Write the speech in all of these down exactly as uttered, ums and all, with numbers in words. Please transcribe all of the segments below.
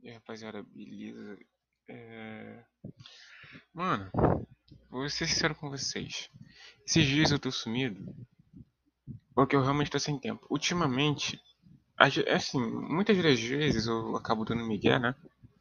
E aí, rapaziada, beleza? É... Mano, vou ser sincero com vocês. Esses dias eu tô sumido porque eu realmente tô sem tempo. Ultimamente, assim, muitas das vezes eu acabo dando migué, né?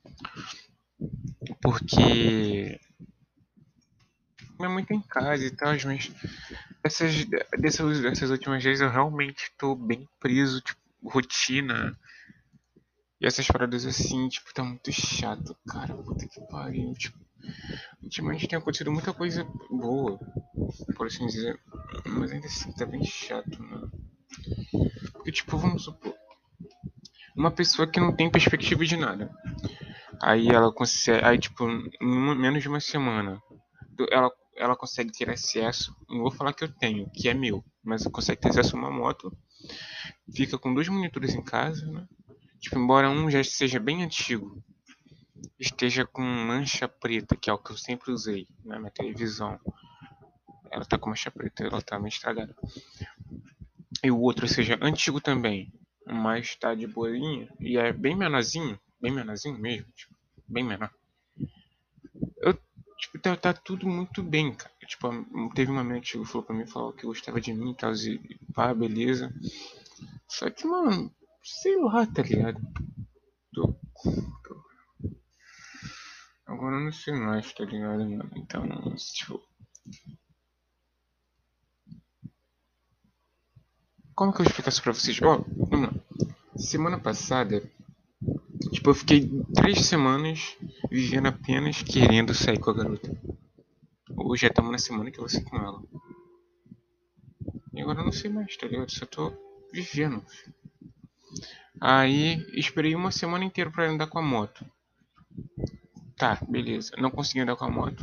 Porque minha mãe tá em casa e tal, mas essas, dessas, dessas últimas vezes eu realmente tô bem preso, tipo, rotina. E essas paradas assim, tipo, tá muito chato, cara. Puta que pariu. Tipo, ultimamente tem acontecido muita coisa boa, por assim dizer. Mas ainda assim tá bem chato, mano. Porque, tipo, vamos supor, uma pessoa que não tem perspectiva de nada. Aí ela consegue. Aí, tipo, em menos de uma semana, ela, ela consegue ter acesso. Não vou falar que eu tenho, que é meu, mas consegue ter acesso a uma moto. Fica com dois monitores em casa, né? Tipo, embora um já seja bem antigo, esteja com mancha preta, que é o que eu sempre usei na minha televisão. Ela tá com mancha preta, ela tá meio estragada. E o outro seja antigo também, mas tá de boinha e é bem menorzinho, bem menorzinho mesmo, tipo, bem menor. Eu, tipo, tá, tá tudo muito bem, cara. Tipo, teve uma amiga que falou pra mim, falou que gostava de mim e tal, e pá, beleza. Só que, mano, sei lá, tá ligado? Tô, tô. Agora eu não sei mais, tá ligado, mano? Então, tipo, como que eu explico isso pra vocês? Ó, oh, vamos lá. Semana passada, tipo, eu fiquei três semanas vivendo apenas querendo sair com a garota. Hoje já estamos na semana que eu vou sair com ela. E agora eu não sei mais, tá ligado? Só tô vivendo. Aí esperei uma semana inteira pra andar com a moto. Tá, beleza. Não consegui andar com a moto.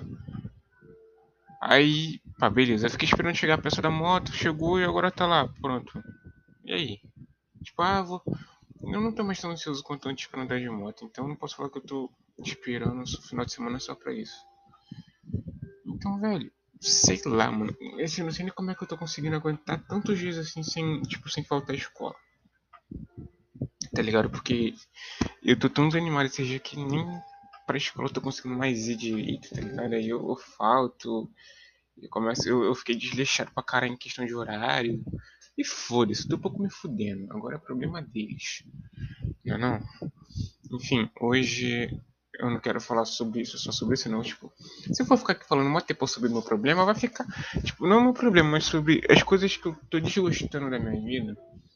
Aí, pá, beleza. Eu fiquei esperando chegar a peça da moto, chegou e agora tá lá, pronto. E aí? Tipo, ah, vou. Eu não tô mais tão ansioso quanto antes pra andar de moto, então eu não posso falar que eu tô esperando o final de semana só pra isso. Então, velho, sei lá, mano. Assim, eu não sei nem como é que eu tô conseguindo aguentar tantos dias assim sem, tipo, sem faltar escola. Tá ligado? Porque eu tô tão desanimado esse dia que nem pra escola eu tô conseguindo mais ir direito, tá ligado? Aí eu, eu falto, eu começo, eu, eu fiquei desleixado pra caralho em questão de horário. E foda-se, tô um pouco me fudendo. Agora é problema deles. Não é não? Enfim, hoje eu não quero falar sobre isso, só sobre isso não, tipo, se eu for ficar aqui falando um tempo sobre o meu problema, vai ficar, tipo, não o meu problema, mas sobre as coisas que eu tô desgostando da minha vida.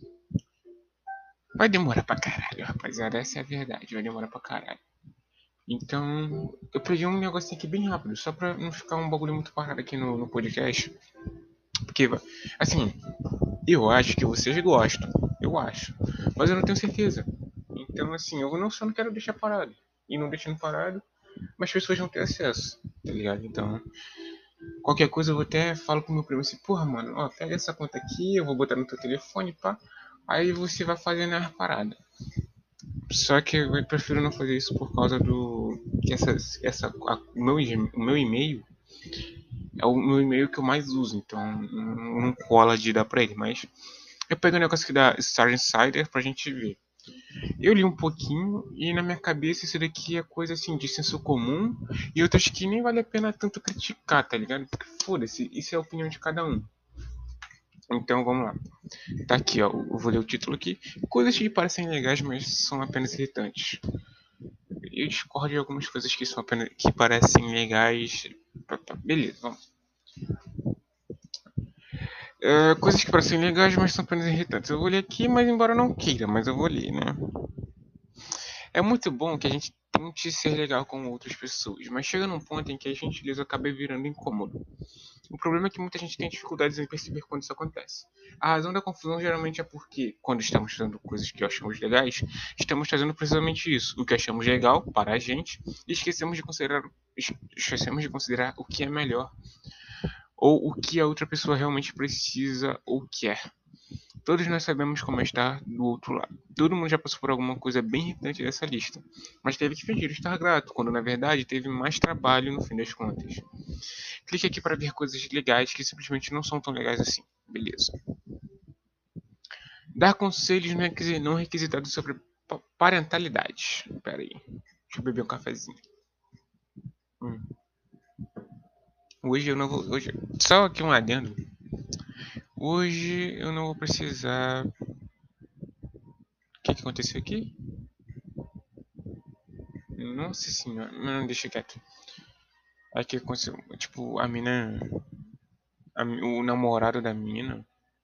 Vai demorar pra caralho, rapaziada, essa é a verdade, vai demorar pra caralho. Então, eu peguei um negocinho aqui bem rápido, só pra não ficar um bagulho muito parado aqui no, no podcast. Porque, assim, eu acho que vocês gostam, eu acho, mas eu não tenho certeza. Então, assim, eu não só não quero deixar parado. E não deixando parado, mas as pessoas vão ter acesso, tá ligado? Então, qualquer coisa eu vou até falo pro meu primo assim, porra, mano, ó, pega essa conta aqui, eu vou botar no teu telefone, pá. Aí você vai fazendo as paradas. Só que eu prefiro não fazer isso por causa do. Que essa. essa a, o, meu, o meu e-mail é o meu e-mail que eu mais uso, então não, não cola de dar pra ele. Mas eu peguei um negócio aqui da Star Insider pra gente ver. Eu li um pouquinho e na minha cabeça isso daqui é coisa assim de senso comum e outras que nem vale a pena tanto criticar, tá ligado? Porque foda-se, isso é a opinião de cada um. Então vamos lá. Tá aqui, ó. Eu vou ler o título aqui. Coisas que parecem legais, mas são apenas irritantes. Eu discordo de algumas coisas que são apenas que parecem legais. Beleza, vamos. É, coisas que parecem legais, mas são apenas irritantes. Eu vou ler aqui, mas embora eu não queira, mas eu vou ler, né? É muito bom que a gente tente ser legal com outras pessoas, mas chega num ponto em que a gentileza acaba virando incômodo. O problema é que muita gente tem dificuldades em perceber quando isso acontece. A razão da confusão geralmente é porque, quando estamos fazendo coisas que achamos legais, estamos fazendo precisamente isso, o que achamos legal para a gente, e esquecemos de considerar, esquecemos de considerar o que é melhor, ou o que a outra pessoa realmente precisa ou quer. Todos nós sabemos como é estar do outro lado. Todo mundo já passou por alguma coisa bem irritante dessa lista, mas teve que fingir estar grato, quando na verdade teve mais trabalho no fim das contas. Clique aqui para ver coisas legais que simplesmente não são tão legais assim. Beleza. Dar conselhos não requisitados sobre Parentalidade. Pera aí. Deixa eu beber um cafezinho. Hum. Hoje eu não vou. Hoje, só aqui um adendo. Hoje eu não vou precisar. O que, que aconteceu aqui? Nossa senhora. Não, deixa quieto. Aqui aconteceu. Tipo, a mina. A, o namorado da mina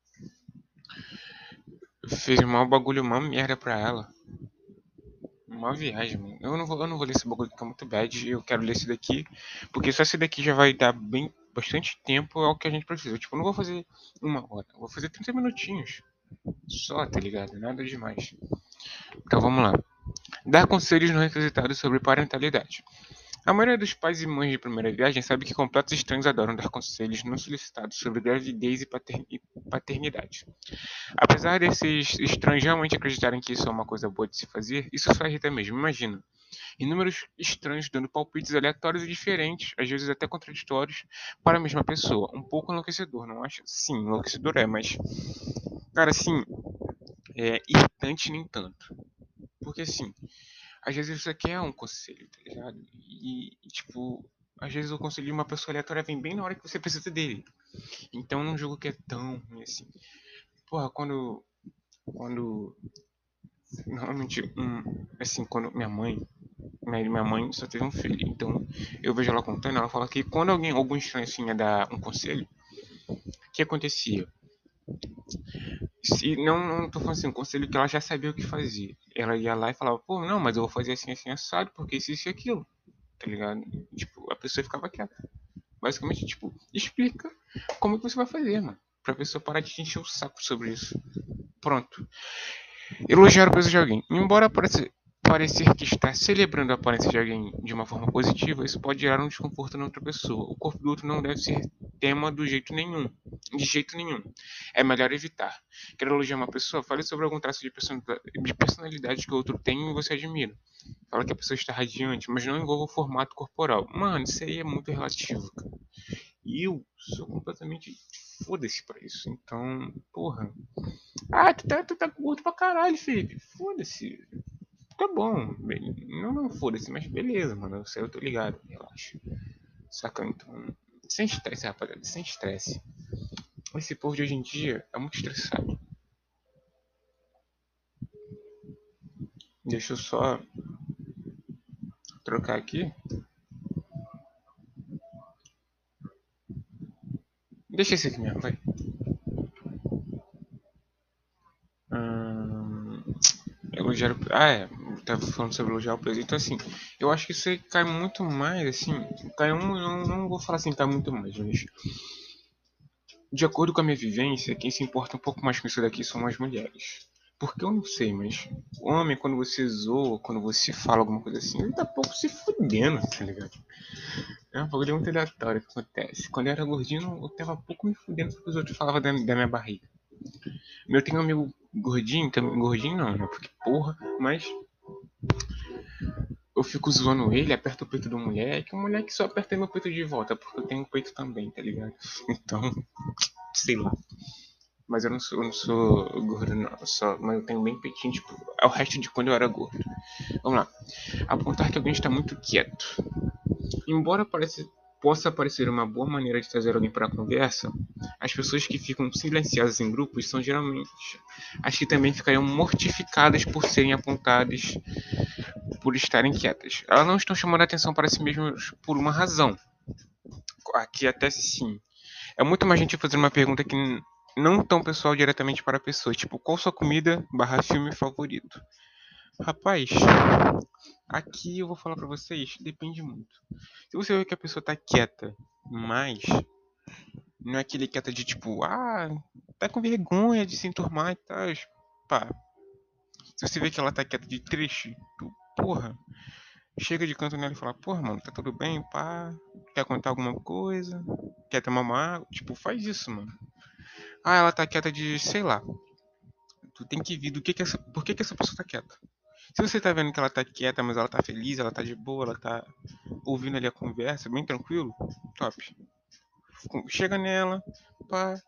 fez mal bagulho, uma merda pra ela. Uma viagem, mano. Eu não vou, eu não vou ler esse bagulho que é muito bad. Eu quero ler esse daqui. Porque só esse daqui já vai dar bem bastante tempo ao que a gente precisa. Tipo, eu não vou fazer uma hora. Eu vou fazer trinta minutinhos. Só, tá ligado? Nada demais. Então vamos lá. Dar conselhos não requisitados sobre parentalidade. A maioria dos pais e mães de primeira viagem sabe que completos estranhos adoram dar conselhos não solicitados sobre gravidez e paternidade. Apesar desses estranhos realmente acreditarem que isso é uma coisa boa de se fazer, isso só irrita mesmo. Imagina, inúmeros estranhos dando palpites aleatórios e diferentes, às vezes até contraditórios, para a mesma pessoa. Um pouco enlouquecedor, não acha? Sim, enlouquecedor é, mas, cara, assim, é irritante nem tanto. Porque, assim, às vezes você quer um conselho, tá ligado? E, e, tipo, às vezes o conselho de uma pessoa aleatória vem bem na hora que você precisa dele. Então eu não julgo que é tão ruim assim. Porra, quando. Quando. Normalmente, um, assim, quando minha mãe. Minha, minha mãe só teve um filho. Então eu vejo ela contando, ela fala que quando alguém, algum estranho assim ia dar um conselho, o que acontecia? Se, não, não tô falando assim, um conselho que ela já sabia o que fazia. Ela ia lá e falava, pô, não, mas eu vou fazer assim, assim, assado, porque isso, isso e aquilo. Tá ligado? Tipo, a pessoa ficava quieta. Basicamente, tipo, explica como que você vai fazer, mano. Pra pessoa parar de te encher o saco sobre isso. Pronto. Elogiar o peso de alguém. Embora pareça, parecer que está celebrando a aparência de alguém de uma forma positiva, isso pode gerar um desconforto na outra pessoa. O corpo do outro não deve ser tema do jeito nenhum. De jeito nenhum. É melhor evitar. Quer elogiar uma pessoa? Fale sobre algum traço de personalidade que o outro tem e você admira. Fala que a pessoa está radiante, mas não envolva o formato corporal. Mano, isso aí é muito relativo, cara. E eu sou completamente foda-se pra isso. Então, porra. Ah, tu tá, tu tá gordo pra caralho, Felipe. Foda-se. Tá bom. Não, não foda-se, mas beleza, mano. Eu sei, eu tô ligado. Relaxa. Saca? Então. Sem estresse, rapaziada. Sem estresse. Esse povo de hoje em dia é muito estressado. Deixa eu só trocar aqui. Deixa esse aqui mesmo, vai. Hum, elogiar o... Ah, é. Tava falando sobre elogiar o preço. Então, assim, eu acho que isso aí cai muito mais, assim. Cai um. Não, não vou falar assim, cai muito mais, mas. De acordo com a minha vivência, quem se importa um pouco mais com isso daqui são as mulheres. Porque eu não sei, mas o homem, quando você zoa, quando você fala alguma coisa assim, ele tá pouco se fudendo, tá ligado? É um bagulho muito aleatório que acontece. Quando eu era gordinho, eu tava pouco me fudendo porque os outros falavam da, da minha barriga. Eu tenho um amigo gordinho, também, gordinho não, né? Porque porra, mas eu fico zoando ele, aperto o peito do moleque, o moleque só aperta meu peito de volta, porque eu tenho peito também, tá ligado? Então, sei lá. Mas eu não sou, eu não sou gordo, não. Só, mas eu tenho bem peitinho, tipo, é o resto de quando eu era gordo. Vamos lá. Apontar que alguém está muito quieto. Embora pareça, possa parecer uma boa maneira de trazer alguém para a conversa, as pessoas que ficam silenciosas em grupos são geralmente as que também ficariam mortificadas por serem apontadas por estarem quietas. Elas não estão chamando a atenção para si mesmas por uma razão. Aqui até sim. É muito mais gente fazendo uma pergunta que não tão pessoal diretamente para a pessoa. Tipo, qual sua comida barra filme favorito? Rapaz, aqui eu vou falar pra vocês, depende muito. Se você vê que a pessoa tá quieta, mas não é aquele quieta de tipo, ah, tá com vergonha de se enturmar e tal, pá. Se você vê que ela tá quieta de trecho, tu, porra, chega de canto nela e fala, porra, mano, tá tudo bem, pá, quer contar alguma coisa? Quer tomar uma água? Tipo, faz isso, mano. Ah, ela tá quieta de, sei lá. Tu tem que ver do que que essa, por que que essa pessoa tá quieta. Se você tá vendo que ela tá quieta, mas ela tá feliz, ela tá de boa, ela tá ouvindo ali a conversa, bem tranquilo, top. Chega nela, pá,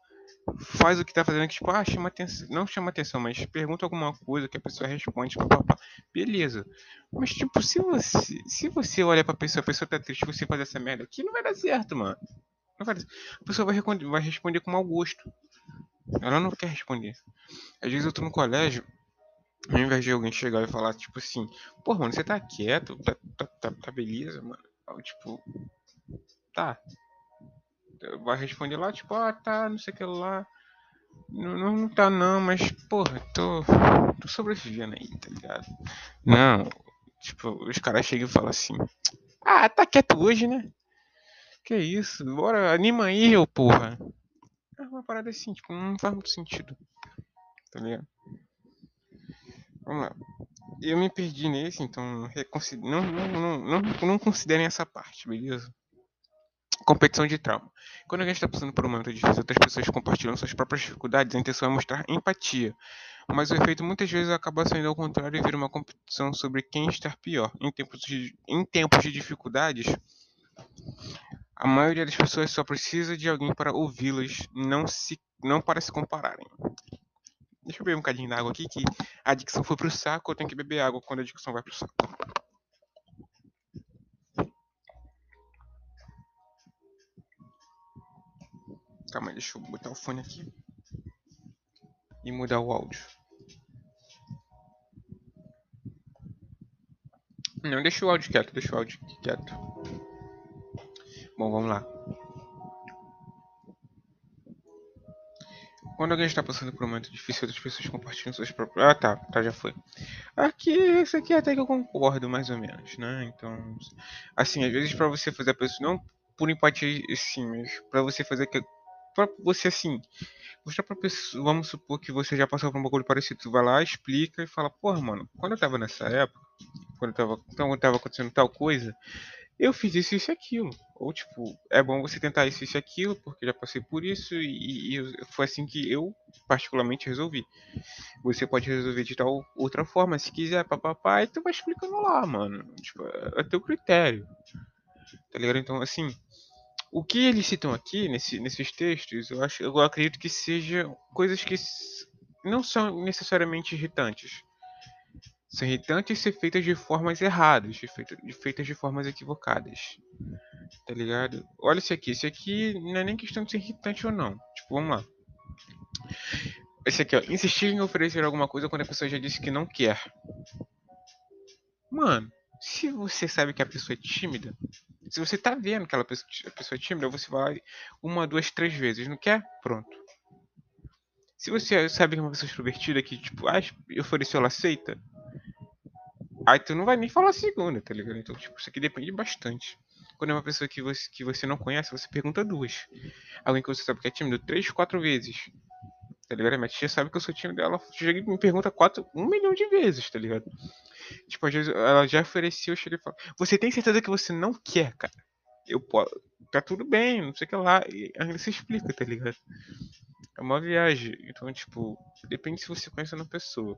faz o que tá fazendo, que tipo, ah, chama atenção, não chama atenção, mas pergunta alguma coisa que a pessoa responde, papapá. Beleza. Mas tipo, se você, se você olha pra pessoa, a pessoa tá triste, você faz essa merda aqui, não vai dar certo, mano. Não vai dar certo. A pessoa vai responder, vai responder com mau gosto. Ela não quer responder. Às vezes eu tô no colégio, ao invés de alguém chegar e falar, tipo assim, pô, mano, você tá quieto, tá, tá, tá, tá beleza, mano. Eu, tipo, tá. Vai responder lá, tipo, ah, tá, não sei o que lá. Não, não, não tá não, mas, porra, tô, tô sobrevivendo aí, tá ligado? Não, tipo, os caras chegam e falam assim, ah, tá quieto hoje, né? Que isso, bora, anima aí, ô porra. É uma parada assim, tipo, não faz muito sentido, tá ligado? Vamos lá. Eu me perdi nesse, então não, não, não, não, não considerem essa parte, beleza? Competição de trauma. Quando alguém está passando por um momento difícil, outras pessoas compartilham suas próprias dificuldades, a intenção é mostrar empatia. Mas o efeito muitas vezes acaba saindo ao contrário e vira uma competição sobre quem está pior. Em tempos de, em tempos de dificuldades, a maioria das pessoas só precisa de alguém para ouvi-las, não, se, não para se compararem. Deixa eu beber um bocadinho d'água aqui, que a dicção foi pro saco, eu tenho que beber água quando a dicção vai pro saco. Calma aí, deixa eu botar o fone aqui e mudar o áudio. Não, deixa o áudio quieto, deixa o áudio quieto. Bom, vamos lá. Quando alguém está passando por um momento difícil, outras pessoas compartilham suas próprias. Ah, tá, tá, já foi. Aqui, isso aqui até que eu concordo, mais ou menos, né? Então, assim, às vezes pra você fazer a pessoa, não por empatia, sim, mas pra você fazer que. Pra você, assim, mostrar pra pessoa. Vamos supor que você já passou por um bagulho parecido. Tu vai lá, explica e fala, porra, mano, quando eu tava nessa época, quando eu tava, quando tava acontecendo tal coisa, eu fiz isso, isso e aquilo. Ou tipo, é bom você tentar isso, isso e aquilo, porque já passei por isso e, e foi assim que eu particularmente resolvi. Você pode resolver de tal outra forma, se quiser, papapá, e tu vai explicando lá, mano. Tipo, é teu critério, tá ligado? Então, assim, o que eles citam aqui nesse, nesses textos, eu acho, eu acredito que sejam coisas que não são necessariamente irritantes. São irritantes ser feitas de formas erradas, de feitas de, feitas de formas equivocadas. Tá ligado? Olha esse aqui. Esse aqui não é nem questão de ser irritante ou não. Tipo, vamos lá. Esse aqui, ó. Insistir em oferecer alguma coisa quando a pessoa já disse que não quer. Mano, se você sabe que a pessoa é tímida, se você tá vendo que ela, a pessoa é tímida, você vai uma, duas, três vezes. Não quer? Pronto. Se você sabe que é uma pessoa extrovertida que, tipo, ah, ofereceu, ela aceita. Aí tu não vai nem falar a segunda, tá ligado? Então, tipo, isso aqui depende bastante. Quando é uma pessoa que você, que você não conhece, você pergunta duas. Alguém que você sabe que é tímido, três, quatro vezes. Tá ligado? A minha tia sabe que eu sou tímido, ela chega e me pergunta quatro, um milhão de vezes, tá ligado? Tipo, às vezes ela já ofereceu, eu chego e falo, você tem certeza que você não quer, cara? Eu posso. Tá tudo bem, não sei o que lá. E ainda se explica, tá ligado? É uma viagem. Então, tipo, depende se você conhece uma pessoa.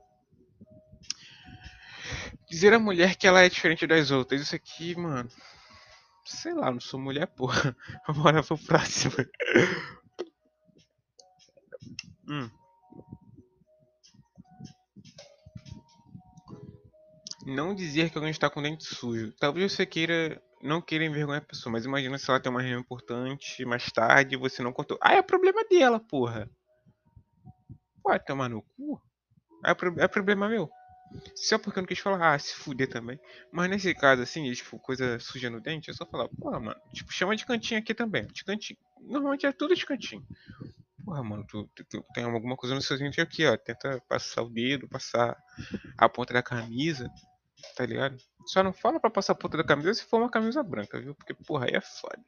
Dizer à mulher que ela é diferente das outras, isso aqui, mano. Sei lá, não sou mulher, porra. Bora pro próximo. Hum. Não dizer que alguém está com o dente sujo. Talvez você queira. Não queira envergonhar a pessoa, mas imagina se ela tem uma reunião importante mais tarde e você não contou. Ah, é problema dela, porra. Pode tomar no cu? É, pro... é problema meu. Só porque eu não quis falar, ah, se fuder também. Mas nesse caso, assim, tipo, coisa suja no dente, é só falar, porra, mano, tipo, chama de cantinho aqui também, de cantinho. Normalmente é tudo de cantinho. Porra, mano, tu, tu, tu tem alguma coisa no seu dente aqui, ó. Tenta passar o dedo, passar a ponta da camisa, tá ligado? Só não fala pra passar a ponta da camisa se for uma camisa branca, viu? Porque, porra, aí é foda.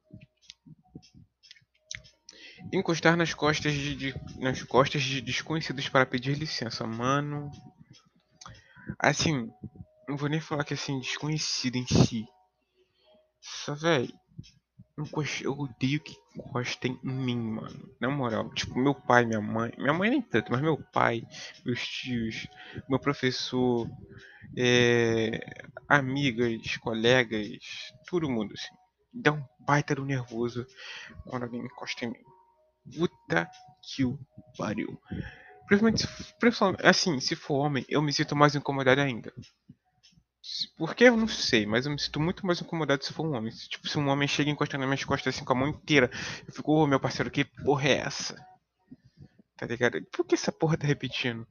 Encostar nas costas de, de- nas costas de desconhecidos para pedir licença, mano. Assim, não vou nem falar que assim, desconhecido em si. Só, velho, eu odeio que encostem em mim, mano. Na moral, tipo, meu pai, minha mãe. Minha mãe nem tanto, mas meu pai, meus tios, meu professor, é, amigas, colegas, todo mundo, assim. Dá um baita do nervoso quando alguém encosta em mim. Puta que o pariu. Principalmente, principalmente, assim, se for homem, eu me sinto mais incomodado ainda. Por que eu não sei, mas eu me sinto muito mais incomodado se for um homem. Se, tipo, se um homem chega encostando nas minhas costas assim com a mão inteira, eu fico, ô meu parceiro, que porra é essa? Tá ligado? Por que essa porra tá repetindo?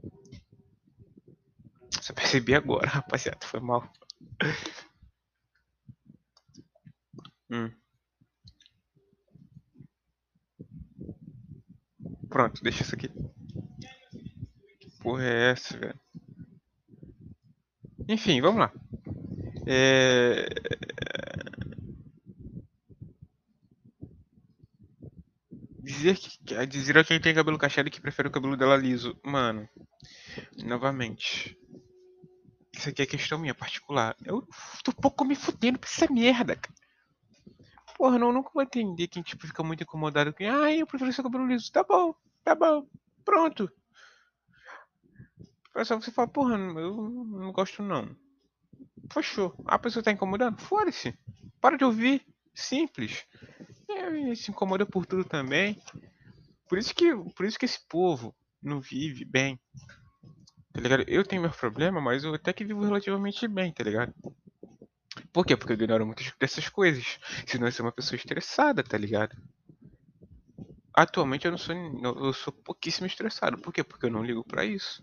Só percebi agora, rapaziada, foi mal. Hum, pronto, deixa isso aqui. Que porra é essa, velho? Enfim, vamos lá. É... Dizer que dizer a quem tem cabelo cacheado que prefere o cabelo dela liso. Mano, novamente. Isso aqui é questão minha particular. Eu tô pouco me fudendo pra essa merda, cara. Porra, não, nunca vou entender quem tipo fica muito incomodado com. Ah, eu prefiro seu cabelo liso. Tá bom, tá bom. Pronto. É só você falar, porra, eu não gosto não. Fechou. A pessoa tá incomodando? Foda-se. Para de ouvir. Simples. É, se incomoda por tudo também. Por isso que, por isso que esse povo não vive bem, tá ligado? Eu tenho meu problema, mas eu até que vivo relativamente bem, tá ligado? Por quê? Porque eu ignoro muitas dessas coisas. Senão eu sou uma pessoa estressada, tá ligado? Atualmente eu não sou, eu sou pouquíssimo estressado. Por quê? Porque eu não ligo pra isso.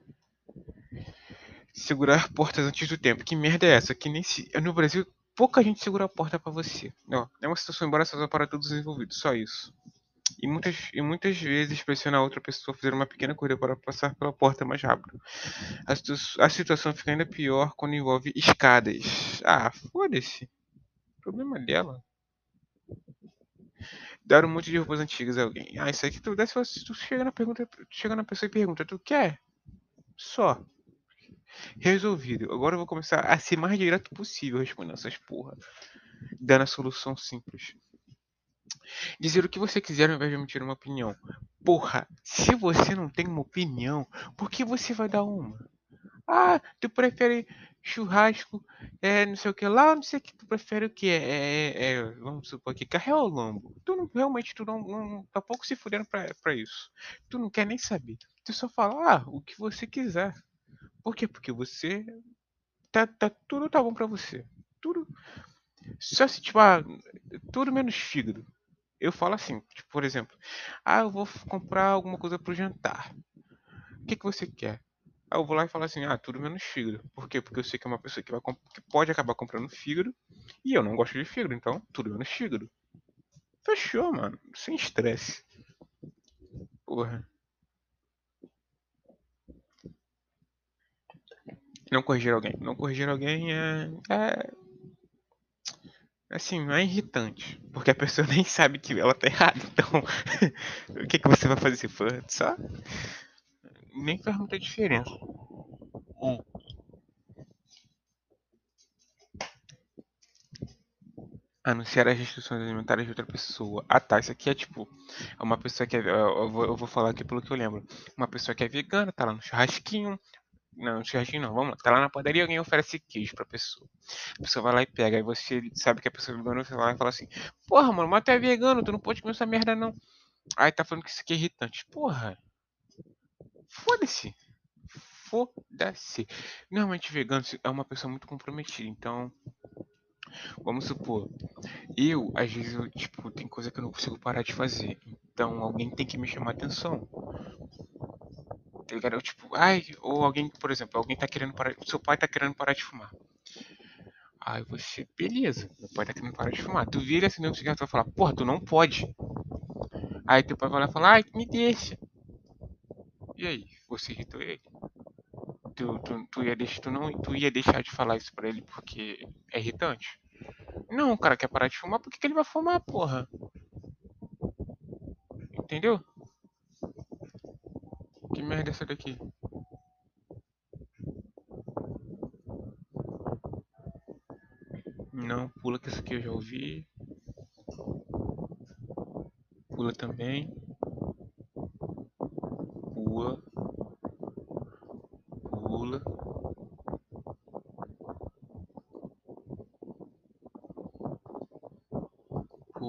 Segurar portas antes do tempo. Que merda é essa? Que nem se. No Brasil, pouca gente segura a porta pra você. Ó, é uma situação embaraçosa para todos os envolvidos, só isso. E muitas, e muitas vezes pressionar outra pessoa a fazer uma pequena corrida para passar pela porta mais rápido. A, situ a situação fica ainda pior quando envolve escadas. Ah, foda-se. O problema é dela. Dar um monte de roupas antigas a alguém. Ah, isso aqui tu dá se tu chega na pergunta, chega na pessoa e pergunta, tu quer? Só. Resolvido. Agora eu vou começar a ser mais direto possível respondendo essas porra. Dando a solução simples. Dizer o que você quiser ao invés de emitir uma opinião. Porra, se você não tem uma opinião, por que você vai dar uma? Ah, tu prefere churrasco, é, não sei o que lá, não sei o que, tu prefere o que? É, é, é, vamos supor que carré ou lombo? Tu não, realmente, tu não, não tá pouco se fudendo pra, pra isso. Tu não quer nem saber. Tu só fala, ah, o que você quiser. Por quê? Porque você, tá, tá, tudo tá bom pra você. Tudo, só se, tipo, ah, tudo menos fígado. Eu falo assim, tipo, por exemplo, ah, eu vou comprar alguma coisa pro jantar. O que que você quer? Aí eu vou lá e falo assim, ah, tudo menos fígado. Por quê? Porque eu sei que é uma pessoa que, vai que pode acabar comprando fígado e eu não gosto de fígado, então tudo menos fígado. Fechou, mano. Sem estresse. Porra. Não corrigir alguém. Não corrigir alguém é. É. Assim, não é irritante. Porque a pessoa nem sabe que ela tá errada. Então, o que, que você vai fazer? Só. Nem faz muita diferença. Hum. Anunciar as restrições alimentares de outra pessoa. Ah tá, isso aqui é tipo, é uma pessoa que é, eu vou, eu vou falar aqui pelo que eu lembro. Uma pessoa que é vegana, tá lá no churrasquinho. Não, no churrasquinho não, vamos lá. Tá lá na padaria e alguém oferece queijo pra pessoa. A pessoa vai lá e pega, aí você sabe que a pessoa é vegana, você vai lá e fala assim, porra, mano, mas tu é vegano, tu não pode comer essa merda não. Aí tá falando que isso aqui é irritante. Porra, foda-se. Foda-se. Normalmente vegano é uma pessoa muito comprometida, então, vamos supor, eu, às vezes, eu, tipo, tem coisa que eu não consigo parar de fazer. Então, alguém tem que me chamar a atenção. Tá ligado? Eu, tipo, ai, ou alguém, por exemplo, alguém tá querendo parar. Seu pai tá querendo parar de fumar. Aí você, beleza, meu pai tá querendo parar de fumar. Tu vira assim, um cigarro, tu vai falar, porra, tu não pode. Aí teu pai vai lá e fala, ai, me deixa. E aí, você irritou ele? Tu, tu, tu, ia deixar, tu, não, tu ia deixar de falar isso pra ele porque é irritante? Não, o cara quer parar de fumar, por que, que ele vai fumar, porra? Entendeu? Que merda é essa daqui? Não, pula que essa aqui eu já ouvi. Pula também. Pula, pula,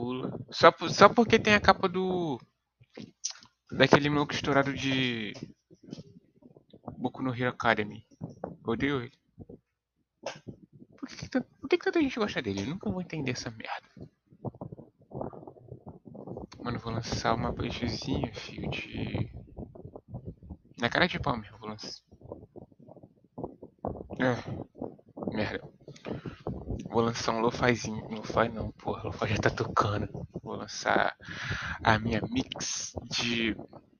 pula. Só, por- só porque tem a capa do. Daquele maluco estourado de. Boku no Hero Academy. Eu odeio ele. Por que, que, tan- por que que tanta gente gosta dele? Eu nunca vou entender essa merda. Mano, eu vou lançar uma playzinha, filho, de. Na cara de pau mesmo, vou lançar. É, merda. Vou lançar um lo-fizinho. Lo-fi não, porra, lo-fi já tá tocando. Vou lançar a minha mix de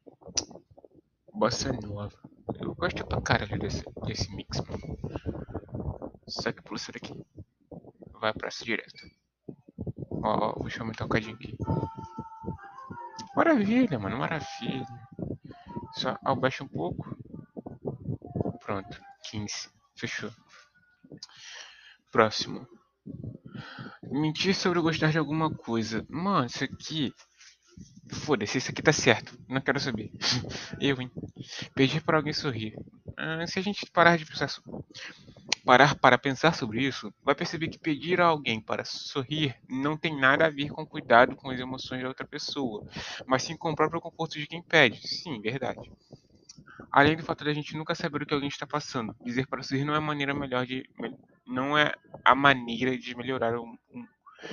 bossa nova. Eu gosto pra caralho desse, desse mix, mano. Só que pulsa daqui. Vai pra essa direto. Ó, ó, vou chamar um cadinho aqui. Maravilha, mano, maravilha. Só abaixa um pouco. Pronto, quinze. Fechou. Próximo. Mentir sobre gostar de alguma coisa. Mano, isso aqui. Foda-se, isso aqui tá certo. Não quero saber. Eu, hein? Pedir para alguém sorrir. Ah, se a gente parar de pensar, parar para pensar sobre isso, vai perceber que pedir a alguém para sorrir não tem nada a ver com cuidado com as emoções da outra pessoa, mas sim com o próprio conforto de quem pede. Sim, verdade. Além do fato de a gente nunca saber o que alguém está passando, dizer para sorrir não é a maneira melhor de, não é a maneira de melhorar um, um...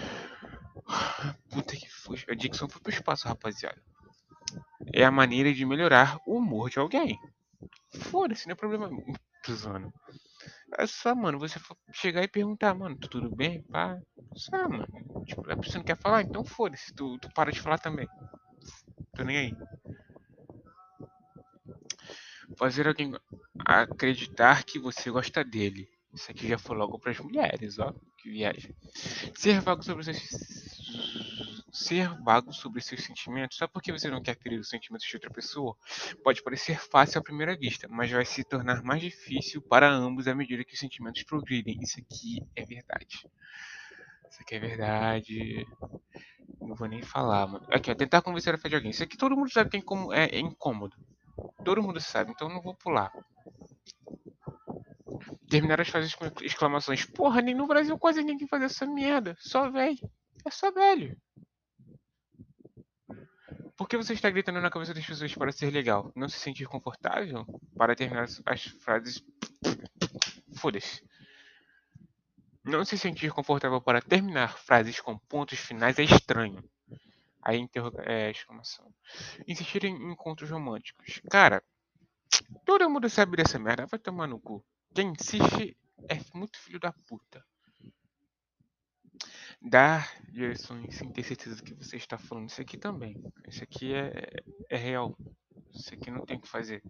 Puta que foi. A dicção foi pro espaço, rapaziada. É a maneira de melhorar o humor de alguém. Foda-se, não é problema. Tô zoando. É só, mano, você chegar e perguntar, mano, tu tudo bem? Pá. Só, mano. Tipo, a pessoa não quer falar, então foda-se, tu, tu para de falar também. Tô nem aí. Fazer alguém acreditar que você gosta dele. Isso aqui já foi logo pras mulheres, ó. Que viagem. Ser vago sobre seus. Ser vago sobre seus sentimentos só porque você não quer ferir os sentimentos de outra pessoa pode parecer fácil à primeira vista, mas vai se tornar mais difícil para ambos à medida que os sentimentos progridem. Isso aqui é verdade. Isso aqui é verdade. Não vou nem falar, mano. Aqui, ó, tentar convencer a fé de alguém. Isso aqui todo mundo sabe que é, incômodo, é, é incômodo. Todo mundo sabe, então não vou pular. Terminar as frases com exclamações. Porra, nem no Brasil quase ninguém faz essa merda. Só velho. É só velho. Por que você está gritando na cabeça das pessoas para ser legal? Não se sentir confortável? Para terminar as frases. Foda-se. Não se sentir confortável para terminar frases com pontos finais é estranho. Aí interroga... é, exclamação. Insistir em encontros românticos. Cara, todo mundo sabe dessa merda. Vai tomar no cu. Quem insiste é muito filho da puta. Dar direções sem ter certeza do que você está falando. Isso aqui também. Isso aqui é, é real. Isso aqui não tem o que fazer.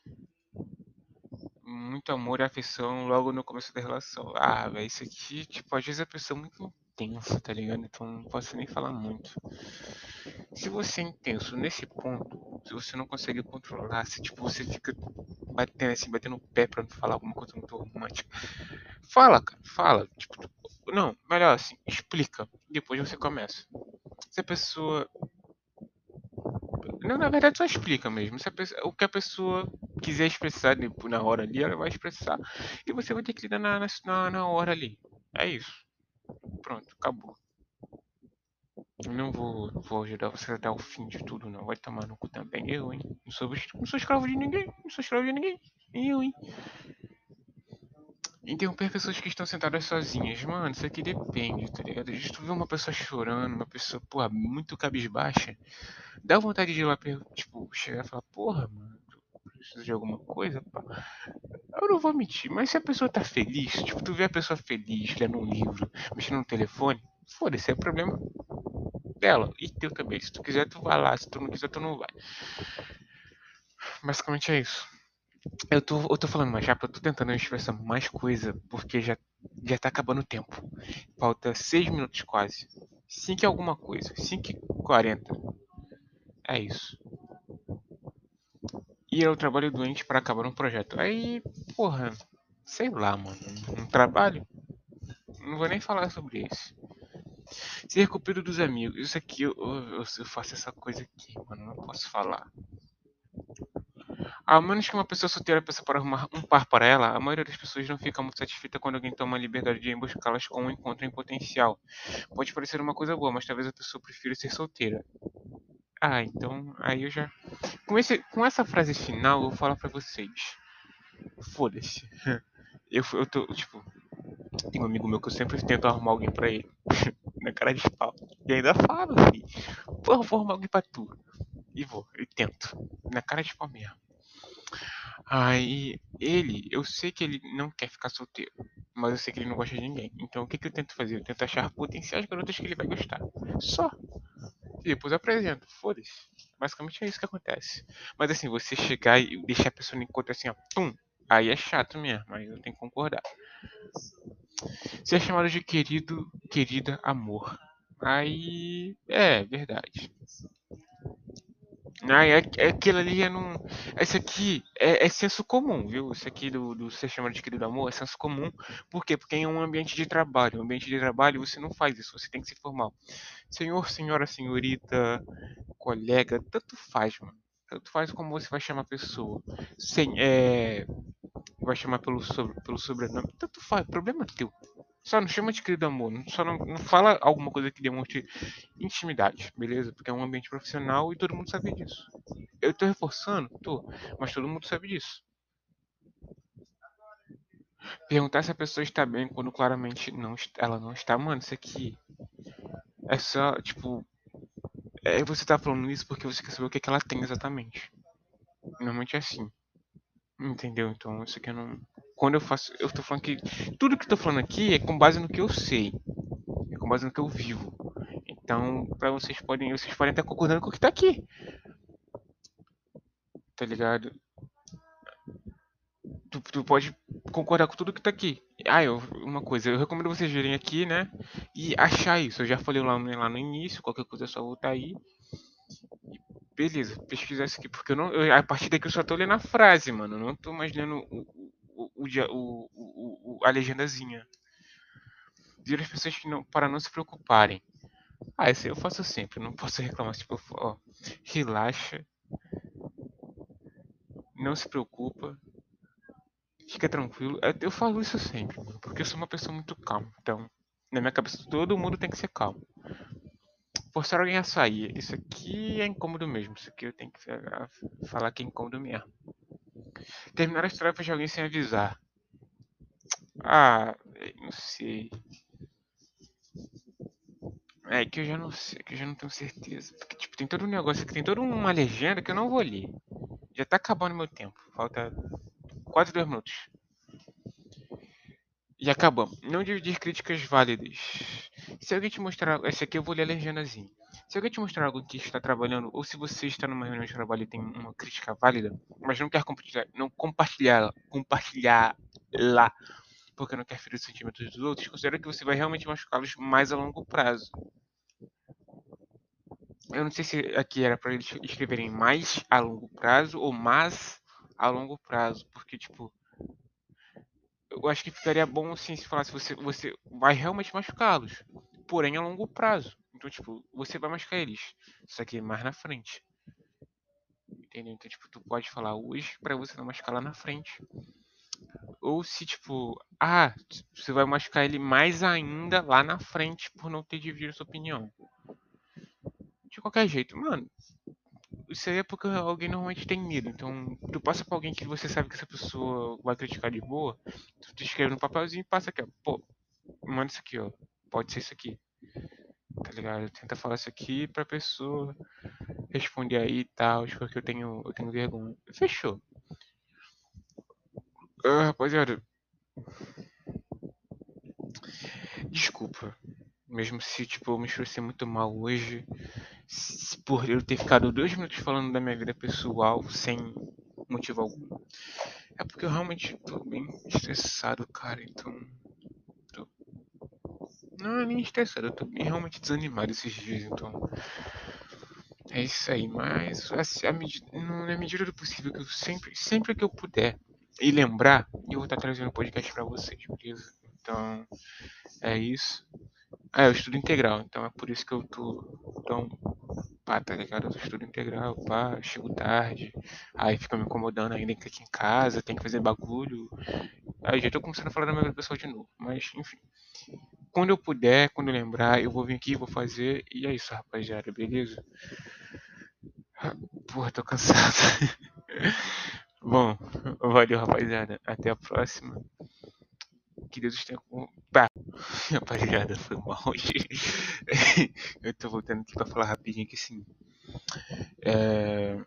Muito amor e afeição logo no começo da relação. Ah, velho, isso aqui, tipo, às vezes a pessoa é muito intensa, tá ligado? Então não posso nem falar muito. Se você é intenso nesse ponto, se você não consegue controlar, se tipo, você fica batendo assim, batendo o pé pra não falar alguma coisa muito romântica. Fala, cara, fala. Tipo, não, melhor assim, explica. Depois você começa. Se a pessoa. Não, na verdade só explica mesmo. Se a pessoa... O que a pessoa quiser expressar tipo, na hora ali, ela vai expressar. E você vai ter que lidar na, na, na hora ali. É isso. Pronto, acabou. Não vou, vou ajudar você até o fim de tudo, não. Vai tomar no cu também. Eu, hein? Não sou, não sou escravo de ninguém. Não sou escravo de ninguém. Eu, hein? Interromper pessoas que estão sentadas sozinhas. Mano, isso aqui depende, tá ligado? Se tu vê uma pessoa chorando, uma pessoa, porra, muito cabisbaixa, dá vontade de ir lá, tipo, chegar e falar, porra, mano, precisa de alguma coisa, pá. Eu não vou mentir, mas se a pessoa tá feliz, tipo, tu vê a pessoa feliz, lendo um livro, mexendo no telefone, foda-se, é problema dela. E teu também. Se tu quiser, tu vai lá. Se tu não quiser, tu não vai. Basicamente é isso. Eu tô, eu tô falando mais rápido, eu tô tentando expressar mais coisa, porque já, já tá acabando o tempo. Falta seis minutos quase. cinco e alguma coisa. cinco e quarenta. É isso. E eu trabalho doente para acabar um projeto. Aí, porra, sei lá, mano. Um trabalho? Não vou nem falar sobre isso. Ser cupido dos amigos. Isso aqui, eu, eu, eu faço essa coisa aqui, mano. Não posso falar. A menos que uma pessoa solteira peça para arrumar um par para ela, a maioria das pessoas não fica muito satisfeita quando alguém toma a liberdade de ir buscá-las com um encontro em potencial. Pode parecer uma coisa boa, mas talvez a pessoa prefira ser solteira. Ah, então aí eu já. Com, esse, com essa frase final, eu vou falar pra vocês. Foda-se. Eu, eu tô, tipo, tem um amigo meu que eu sempre tento arrumar alguém pra ele. Na cara de pau. E ainda falo, filho. Porra, vou arrumar alguém pra tu. E vou, e tento. Na cara de pau mesmo. Aí, ele, eu sei que ele não quer ficar solteiro. Mas eu sei que ele não gosta de ninguém. Então o que, que eu tento fazer? Eu tento achar potenciais garotas que ele vai gostar. Só. E depois eu apresento. Foda-se. Basicamente é isso que acontece. Mas assim, você chegar e deixar a pessoa no encontro assim, ó. Pum. Aí é chato mesmo, mas eu tenho que concordar. Ser chamado de querido, querida, amor. Aí. É, verdade. Ah, é, é aquilo ali é num. Esse aqui é, é senso comum, viu? Esse aqui do, do ser chamado de querido amor é senso comum. Por quê? Porque em um ambiente de trabalho. Um ambiente de trabalho você não faz isso, você tem que ser formal. Senhor, senhora, senhorita, colega, tanto faz, mano. Tanto faz como você vai chamar a pessoa. Sem, é, vai chamar pelo, sobre, pelo sobrenome. Tanto faz, problema é teu. Só não chama de querido amor. Só não, não fala alguma coisa que demonstre intimidade, beleza? Porque é um ambiente profissional e todo mundo sabe disso. Eu tô reforçando? Tô. Mas todo mundo sabe disso. Perguntar se a pessoa está bem quando claramente não, ela não está, mano, isso aqui é só, tipo, é, você tá falando isso porque você quer saber o que, é que ela tem exatamente. Normalmente é assim. Entendeu? Então, isso aqui eu não. Quando eu faço. Eu tô falando que. Tudo que eu tô falando aqui é com base no que eu sei. É com base no que eu vivo. Então, pra vocês podem. Vocês podem estar concordando com o que tá aqui. Tá ligado? Tu, tu pode concordar com tudo que tá aqui. Ah, eu, uma coisa, eu recomendo vocês virem aqui, né? E achar isso. Eu já falei lá, lá no início, qualquer coisa é só voltar aí. Beleza, pesquisar isso aqui, porque eu não. Eu, a partir daqui eu só tô lendo a frase, mano. Eu não tô mais lendo o, o, o, o, o, o a legendazinha. Dizer às pessoas que não, para não se preocuparem. Ah, isso aí eu faço sempre, não posso reclamar. Tipo, ó, relaxa, não se preocupa, fica tranquilo. Eu, eu falo isso sempre, mano, porque eu sou uma pessoa muito calma. Então, na minha cabeça, todo mundo tem que ser calmo. Forçar alguém a sair, isso aqui é incômodo mesmo. Isso aqui eu tenho que falar que é incômodo mesmo. Terminar as tarefas de alguém sem avisar. Ah, não sei. É que eu já não sei, que eu já não tenho certeza. Porque, tipo, tem todo um negócio aqui, tem toda uma legenda que eu não vou ler. Já tá acabando meu tempo. Falta quase dois minutos. E acabamos. Não dividir críticas válidas. Se alguém te mostrar. Esse aqui eu vou ler a legendazinha. Se alguém te mostrar algo que está trabalhando, ou se você está numa reunião de trabalho e tem uma crítica válida, mas não quer compartilhar, não compartilhar, compartilhar lá, porque não quer ferir os sentimentos dos outros, considera que você vai realmente machucá-los mais a longo prazo. Eu não sei se aqui era para eles escreverem mais a longo prazo ou mais a longo prazo, porque tipo, eu acho que ficaria bom assim se falasse você você vai realmente machucá-los, porém a longo prazo. Então tipo, você vai machucar eles, só que mais na frente. Entendeu? Então tipo, tu pode falar hoje para você não machucar lá na frente. Ou se tipo, ah, você vai machucar ele mais ainda lá na frente por não ter dividido sua opinião. De qualquer jeito, mano, isso aí é porque alguém normalmente tem medo. Então, tu passa pra alguém que você sabe que essa pessoa vai criticar de boa, tu, tu escreve no papelzinho e passa aqui, ó. Pô, manda isso aqui, ó. Pode ser isso aqui, tá ligado? Tenta falar isso aqui pra pessoa responder aí e tal, porque eu tenho, eu tenho vergonha. Fechou. Ah, rapaziada, desculpa. Mesmo se, tipo, eu me estressei muito mal hoje, se, por eu ter ficado dois minutos falando da minha vida pessoal sem motivo algum. É porque eu realmente tô bem estressado, cara. Então. Tô... Não é nem estressado, eu tô bem realmente desanimado esses dias. Então. É isso aí. Mas, assim, a medida, na medida do possível, que eu sempre, sempre que eu puder e lembrar, eu vou estar trazendo um podcast pra vocês, beleza? Então. É isso. Ah, eu estudo integral, então é por isso que eu tô tão pá, tá ligado? Eu tô estudo integral, pá, chego tarde, aí fica me incomodando ainda que aqui em casa, tem que fazer bagulho. Aí já tô começando a falar da minha vida pessoal de novo, mas enfim. Quando eu puder, quando eu lembrar, eu vou vir aqui, vou fazer, e é isso, rapaziada, beleza? Porra, tô cansado. Bom, valeu, rapaziada. Até a próxima. Que Deus esteja com. Pá, rapaziada, foi mal hoje. Eu tô voltando aqui pra falar rapidinho que assim. É...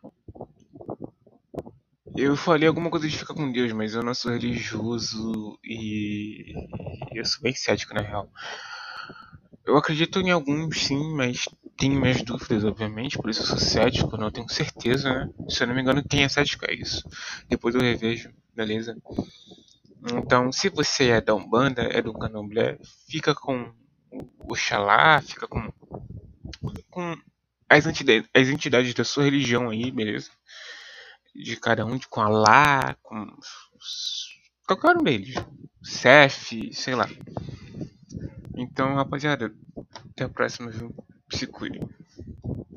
Eu falei alguma coisa de ficar com Deus, mas eu não sou religioso e eu sou bem cético na real. Eu acredito em alguns sim, mas tenho minhas dúvidas, obviamente, por isso eu sou cético, não tenho certeza, né? Se eu não me engano, quem é cético é isso. Depois eu revejo, beleza? Então, se você é da Umbanda, é do Candomblé, fica com o Oxalá, fica com, com as, entidades, as entidades da sua religião aí, beleza? De cada um, de, com Alá, com qualquer um deles. Seth, sei lá. Então, rapaziada, até a próxima, viu? Se cuidem.